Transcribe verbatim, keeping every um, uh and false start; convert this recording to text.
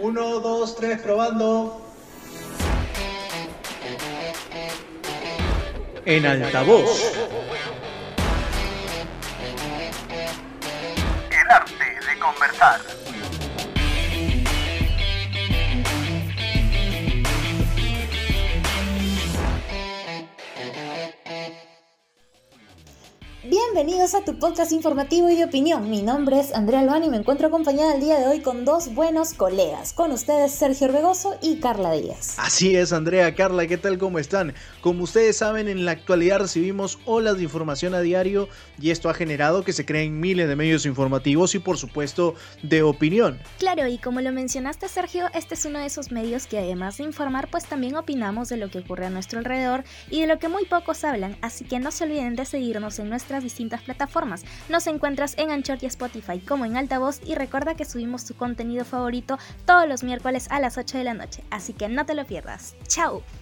Uno, dos, tres, probando. En altavoz. El arte de conversar. Bienvenidos a tu podcast informativo y de opinión. Mi nombre es Andrea Albán y me encuentro acompañada el día de hoy con dos buenos colegas. Con ustedes Sergio Orbegoso y Carla Díaz. Así es, Andrea, Carla, ¿qué tal? ¿Cómo están? Como ustedes saben, en la actualidad recibimos olas de información a diario y esto ha generado que se creen miles de medios informativos y por supuesto de opinión. Claro, y como lo mencionaste, Sergio, este es uno de esos medios que además de informar, pues también opinamos de lo que ocurre a nuestro alrededor y de lo que muy pocos hablan, así que no se olviden de seguirnos en nuestras distintas plataformas. Nos encuentras en Anchor y Spotify como en Altavoz y recuerda que subimos tu contenido favorito todos los miércoles a las ocho de la noche, así que no te lo pierdas. ¡Chao!